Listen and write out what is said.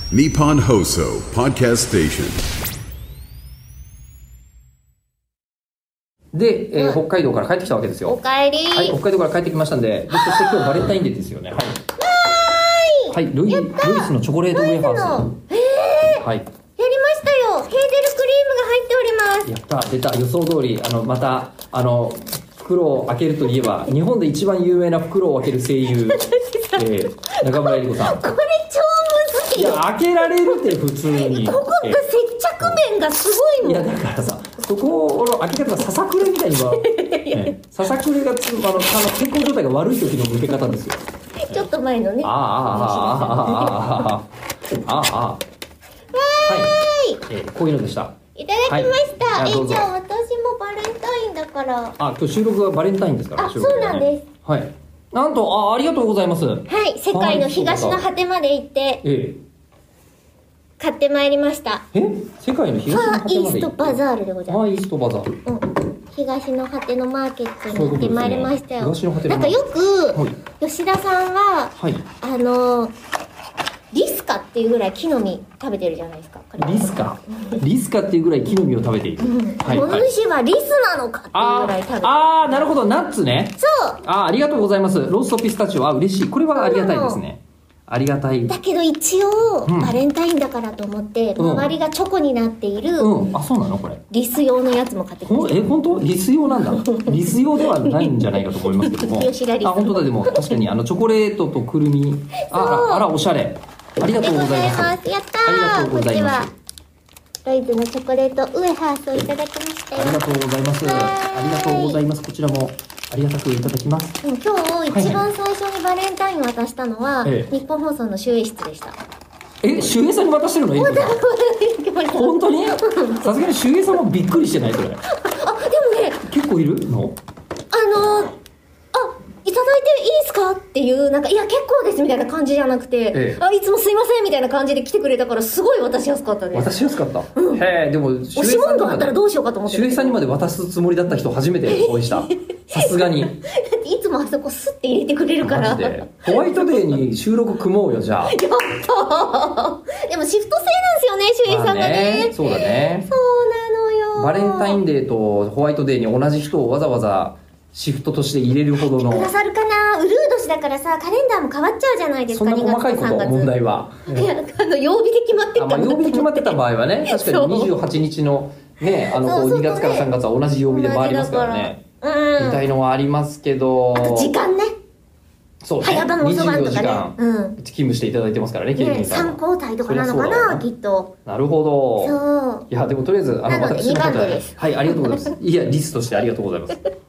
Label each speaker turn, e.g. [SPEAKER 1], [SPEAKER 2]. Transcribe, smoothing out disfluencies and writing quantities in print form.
[SPEAKER 1] Nippon Hoso Podcast Station。
[SPEAKER 2] で、北海道から帰ってきたわけですよ。
[SPEAKER 3] おかえり。
[SPEAKER 2] はい、北海道から帰ってきましたんで、そして今日バレンタインデーですよね。はい。はい、ルイスのチョコレートウェハース。はい。
[SPEAKER 3] やりましたよ。ヘーゼルクリームが入っております。
[SPEAKER 2] やった、出た、予想通り、また、袋を開けるといえば、日本で一番有名な袋を開ける声優、中村江里子さん。
[SPEAKER 3] これ超むずいよ。
[SPEAKER 2] いや、開けられるって普通に。
[SPEAKER 3] ここが接着面がすごいの。
[SPEAKER 2] いや、だからさ、そこの開け方がささくれみたいには、ささくれが健康状態が悪い時の向け方ですよ。
[SPEAKER 3] ちょっと前のね。
[SPEAKER 2] はい、こういうのでした。
[SPEAKER 3] いただきました。
[SPEAKER 2] はい、
[SPEAKER 3] じゃあ私もバレンタインだから。
[SPEAKER 2] 今日収録はバレンタインですから。
[SPEAKER 3] そうなんです。
[SPEAKER 2] はい。なんと、ありがとうございます。
[SPEAKER 3] はい、世界の東の果てまで行って、買ってまいりました。
[SPEAKER 2] 世界の東の果てまで行って。
[SPEAKER 3] ファーイーストバザールでございます。
[SPEAKER 2] ファーイーストバザール。
[SPEAKER 3] 東の果てのマーケットに行ってまいりましたよ。
[SPEAKER 2] 東の果ての
[SPEAKER 3] なんかよく、吉田さんは、リスカっていうぐらい木の実食べてるじゃないですか。
[SPEAKER 2] リスカっていうぐらい木の実を食べている。
[SPEAKER 3] お主はリスなのかっていうぐらい食べてる。
[SPEAKER 2] なるほど、ナッツね。
[SPEAKER 3] そう。
[SPEAKER 2] ありがとうございます。ローストピスタチオ。嬉しい。これはありがたいですね。ありがたい。
[SPEAKER 3] だけど一応、バレンタインだからと思って、周りがチョコになっている、
[SPEAKER 2] そうなのこれ。
[SPEAKER 3] リス用のやつも買ってきました。
[SPEAKER 2] 本当？リス用なんだ。リス用ではないんじゃないかと思いますけども。
[SPEAKER 3] 吉田リス。
[SPEAKER 2] 本当だ、でも確かにチョコレートとくるみ。あら、おしゃれ。ありがとうございます。
[SPEAKER 3] やったー。
[SPEAKER 2] ありがとうございます。
[SPEAKER 3] ロイズのチョコレートウエハースをいただきましたよ。
[SPEAKER 2] ありがとうございます。ありがとうございます。こちらもありがたくいただきます。
[SPEAKER 3] 今日一番最初にバレンタインを渡したのは、日本放送の集英室でした。
[SPEAKER 2] 集英さんに渡してるの？本当に？さすがに集英さんもびっくりしてないそれ。でも
[SPEAKER 3] ね、
[SPEAKER 2] 結構いるの？
[SPEAKER 3] いただいていいですかっていう、いや結構ですみたいな感じじゃなくて、いつもすいませんみたいな感じで来てくれたからすごい渡しやすかったです。
[SPEAKER 2] 渡しやすかった。でも
[SPEAKER 3] 押し問答あったらどうしようかと思って。
[SPEAKER 2] 周平さんにまで渡すつもりだった人初めてお会いした。さすがに。だって
[SPEAKER 3] いつもあそこスッて入れてくれるから。
[SPEAKER 2] ホワイトデーに収録組もうよじゃあ。
[SPEAKER 3] やったー。でもシフト制なんですよね、周平さんがね。
[SPEAKER 2] そうだね。
[SPEAKER 3] そうなのよ。
[SPEAKER 2] バレンタインデーとホワイトデーに同じ人をわざわざシフトとして入れるほどの。
[SPEAKER 3] くださるかな。ウルー年だからさ、カレンダーも変わっちゃうじゃないですか。
[SPEAKER 2] そんな細かいこと、問題は。
[SPEAKER 3] いや、曜日で決まってた。
[SPEAKER 2] 曜日で決まってた場合はね、確かに28日のね、2月から3月は同じ曜日で回りますからね。みたいのはありますけど。
[SPEAKER 3] あと時間ね。
[SPEAKER 2] そうね。
[SPEAKER 3] 早場の遅番とかね。
[SPEAKER 2] 勤務していただいてますからね、ケイミンさん。
[SPEAKER 3] 3交代とかなのかな、きっと。
[SPEAKER 2] なるほど。
[SPEAKER 3] そう。
[SPEAKER 2] いや、でもとりあえず、私の方で。
[SPEAKER 3] です。
[SPEAKER 2] はい、ありがとうございます。いや、リストしてありがとうございます。